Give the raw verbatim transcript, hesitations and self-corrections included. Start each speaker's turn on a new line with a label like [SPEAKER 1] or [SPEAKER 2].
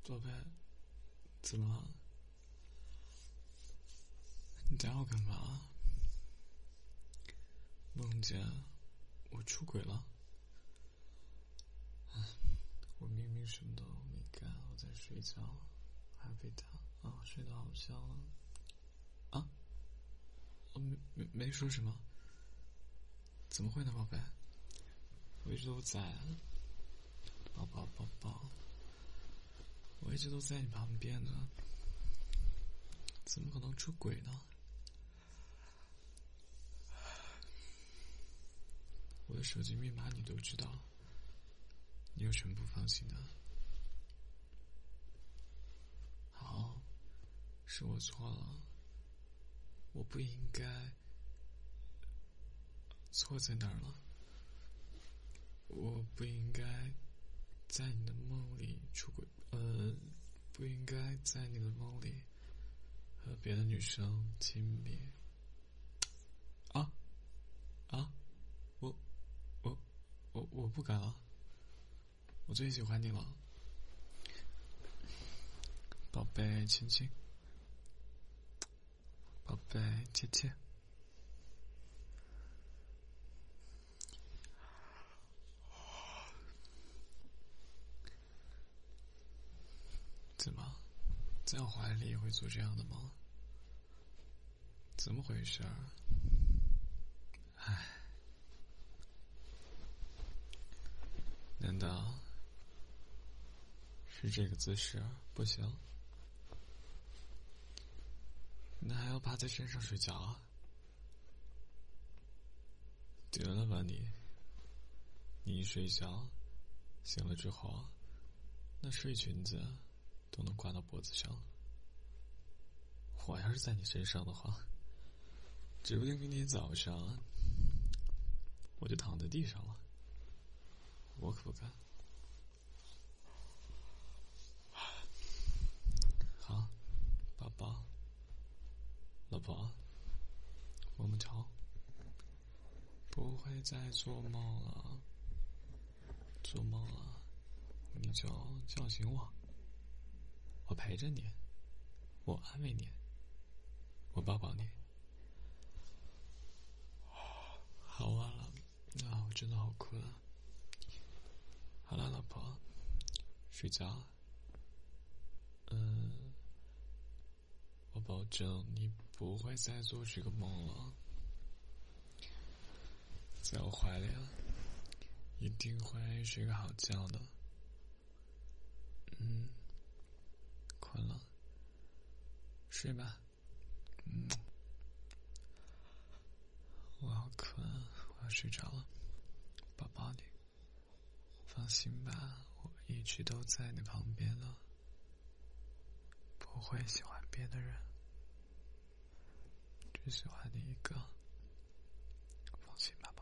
[SPEAKER 1] 宝贝，怎么了？你打我干嘛？梦见我出轨了？我明明什么都没干，我在睡觉，还被打啊！睡得好香啊！啊？我没没没说什么？怎么会呢，宝贝？我一直都在，宝宝宝宝，我一直都在你旁边呢，怎么可能出轨呢？我的手机密码你都知道，你有什么不放心的？好，是我错了，我不应该。错在哪儿了？我不应该在你的梦里出轨，呃，不应该在你的梦里和别的女生亲密。啊啊！我我我我不敢了，我最喜欢你了，宝贝亲亲，宝贝切切。怎么，在我怀里会做这样的梦？怎么回事儿？唉，难道是这个姿势不行？那还要趴在身上睡觉啊？得了吧你！你一睡觉，醒了之后，那睡裙子都能挂到脖子上。我要是在你身上的话，指不定明天早上我就躺在地上了。我可不敢。好，宝宝，老婆，我们吵，不会再做梦了。做梦了，你就叫醒我，我陪着你，我安慰你，我抱抱你。好晚了，啊，我真的好困。好了，老婆，睡觉。嗯，我保证你不会再做这个梦了，在我怀里啊，一定会睡个好觉的。嗯，困了，睡吧。嗯，我好困，我要睡着了，抱抱你。放心吧，我一直都在你旁边的，不会喜欢别的人，只喜欢你一个，放心吧。